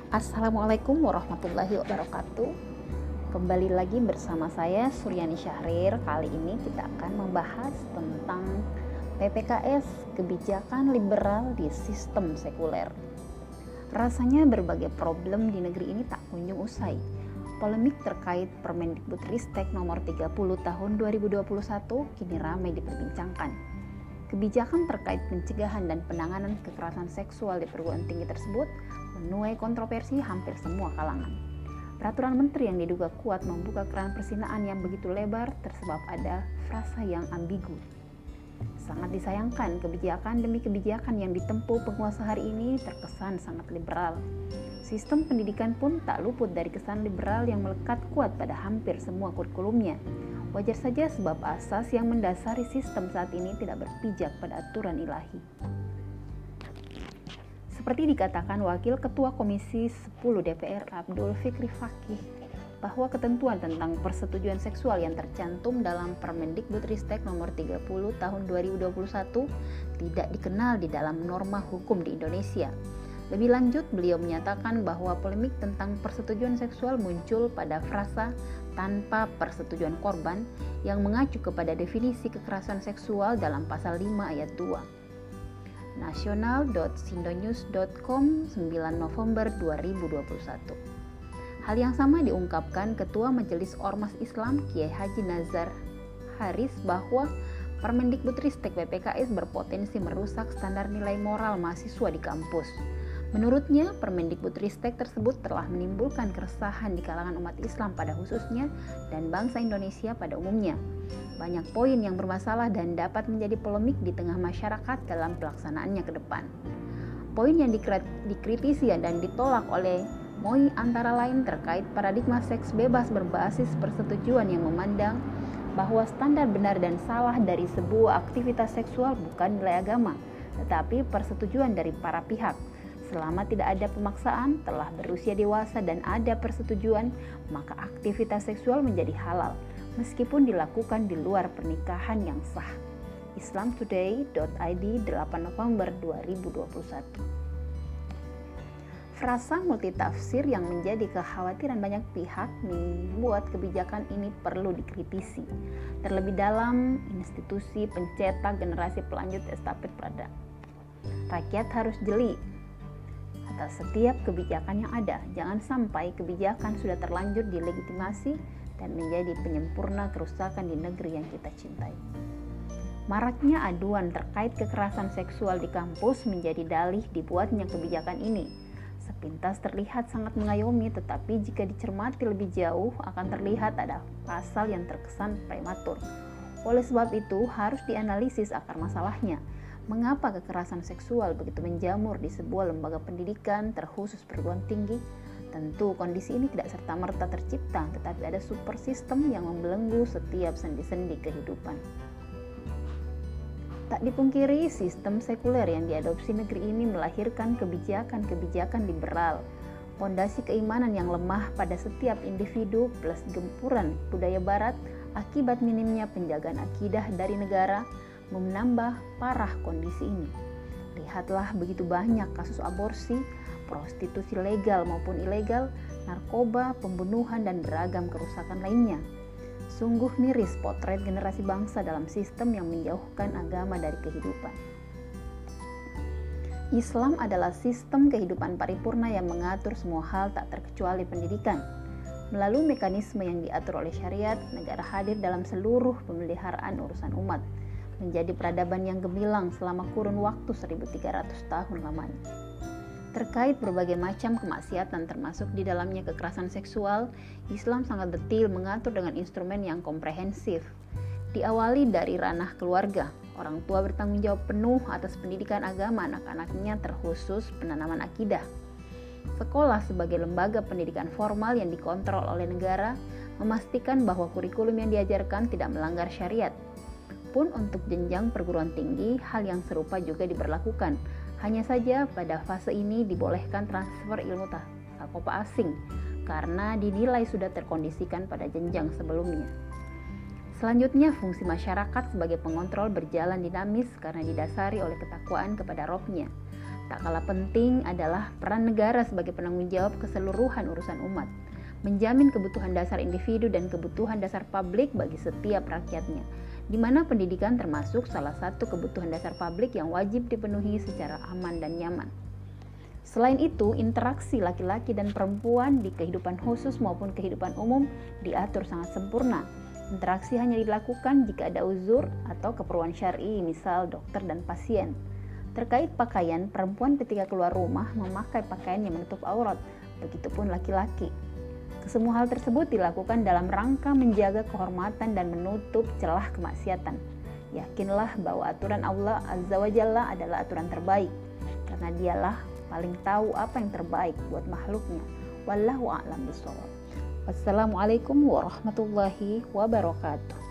Assalamualaikum warahmatullahi wabarakatuh. Kembali lagi bersama saya Suryani Syahrir. Kali ini kita akan membahas tentang PPKS, kebijakan liberal di sistem sekuler. Rasanya berbagai problem di negeri ini tak kunjung usai. Polemik terkait Permendikbudristek nomor 30 tahun 2021 kini ramai diperbincangkan. Kebijakan terkait pencegahan dan penanganan kekerasan seksual di perguruan tinggi tersebut menuai kontroversi hampir semua kalangan. Peraturan menteri yang diduga kuat membuka keran perzinaan yang begitu lebar tersebab ada frasa yang ambigu. Sangat disayangkan kebijakan demi kebijakan yang ditempuh penguasa hari ini terkesan sangat liberal. Sistem pendidikan pun tak luput dari kesan liberal yang melekat kuat pada hampir semua kurikulumnya. Wajar saja sebab asas yang mendasari sistem saat ini tidak berpijak pada aturan ilahi. Seperti dikatakan Wakil Ketua Komisi 10 DPR Abdul Fikri Fakih, bahwa ketentuan tentang persetujuan seksual yang tercantum dalam Permendikbudristek nomor 30 tahun 2021 tidak dikenal di dalam norma hukum di Indonesia. Lebih lanjut, beliau menyatakan bahwa polemik tentang persetujuan seksual muncul pada frasa tanpa persetujuan korban yang mengacu kepada definisi kekerasan seksual dalam pasal 5 ayat 2. nasional.sindonews.com 9 November 2021. Hal yang sama diungkapkan Ketua Majelis Ormas Islam Kiai Haji Nazar Haris bahwa Permendikbudristek PPKS berpotensi merusak standar nilai moral mahasiswa di kampus. Menurutnya, Permendikbudristek tersebut telah menimbulkan keresahan di kalangan umat Islam pada khususnya dan bangsa Indonesia pada umumnya. Banyak poin yang bermasalah dan dapat menjadi polemik di tengah masyarakat dalam pelaksanaannya ke depan. Poin yang dikritisi dan ditolak oleh MOI antara lain terkait paradigma seks bebas berbasis persetujuan yang memandang bahwa standar benar dan salah dari sebuah aktivitas seksual bukan nilai agama, tetapi persetujuan dari para pihak. Selama tidak ada pemaksaan, telah berusia dewasa dan ada persetujuan, maka aktivitas seksual menjadi halal, meskipun dilakukan di luar pernikahan yang sah. islamtoday.id 8 November 2021. Frasa multitafsir yang menjadi kekhawatiran banyak pihak membuat kebijakan ini perlu dikritisi. Terlebih dalam institusi pencetak generasi pelanjut estafet perada. Rakyat harus jeli atas setiap kebijakan yang ada. Jangan sampai kebijakan sudah terlanjur dilegitimasi dan menjadi penyempurna kerusakan di negeri yang kita cintai. Maraknya aduan terkait kekerasan seksual di kampus menjadi dalih dibuatnya kebijakan ini. Sepintas terlihat sangat mengayomi, tetapi jika dicermati lebih jauh akan terlihat ada pasal yang terkesan prematur. Oleh sebab itu harus dianalisis akar masalahnya. Mengapa kekerasan seksual begitu menjamur di sebuah lembaga pendidikan terkhusus perguruan tinggi? Tentu kondisi ini tidak serta-merta tercipta, tetapi ada super sistem yang membelenggu setiap sendi-sendi kehidupan. Tak dipungkiri, sistem sekuler yang diadopsi negeri ini melahirkan kebijakan-kebijakan liberal. Pondasi keimanan yang lemah pada setiap individu plus gempuran budaya barat akibat minimnya penjagaan akidah dari negara menambah parah kondisi ini. Lihatlah begitu banyak kasus aborsi, prostitusi legal maupun ilegal, narkoba, pembunuhan, dan beragam kerusakan lainnya. Sungguh miris potret generasi bangsa dalam sistem yang menjauhkan agama dari kehidupan. Islam adalah sistem kehidupan paripurna yang mengatur semua hal tak terkecuali pendidikan. Melalui mekanisme yang diatur oleh syariat, negara hadir dalam seluruh pemeliharaan urusan umat, menjadi peradaban yang gemilang selama kurun waktu 1300 tahun lamanya. Terkait berbagai macam kemaksiatan termasuk di dalamnya kekerasan seksual, Islam sangat detail mengatur dengan instrumen yang komprehensif. Diawali dari ranah keluarga, orang tua bertanggung jawab penuh atas pendidikan agama anak-anaknya terkhusus penanaman akidah. Sekolah sebagai lembaga pendidikan formal yang dikontrol oleh negara, memastikan bahwa kurikulum yang diajarkan tidak melanggar syariat. Pun untuk jenjang perguruan tinggi, hal yang serupa juga diberlakukan. Hanya saja pada fase ini dibolehkan transfer ilmu takopa asing karena dinilai sudah terkondisikan pada jenjang sebelumnya. Selanjutnya, fungsi masyarakat sebagai pengontrol berjalan dinamis karena didasari oleh ketakwaan kepada Robnya. Tak kalah penting adalah peran negara sebagai penanggung jawab keseluruhan urusan umat, menjamin kebutuhan dasar individu dan kebutuhan dasar publik bagi setiap rakyatnya, di mana pendidikan termasuk salah satu kebutuhan dasar publik yang wajib dipenuhi secara aman dan nyaman. Selain itu, interaksi laki-laki dan perempuan di kehidupan khusus maupun kehidupan umum diatur sangat sempurna. Interaksi hanya dilakukan jika ada uzur atau keperluan syar'i, misal dokter dan pasien. Terkait pakaian, perempuan ketika keluar rumah memakai pakaian yang menutup aurat, begitupun laki-laki. Kesemua hal tersebut dilakukan dalam rangka menjaga kehormatan dan menutup celah kemaksiatan. Yakinlah bahwa aturan Allah Azza wa Jalla adalah aturan terbaik, karena dialah paling tahu apa yang terbaik buat makhluknya. Wallahu a'lam bishawab. Wassalamualaikum warahmatullahi wabarakatuh.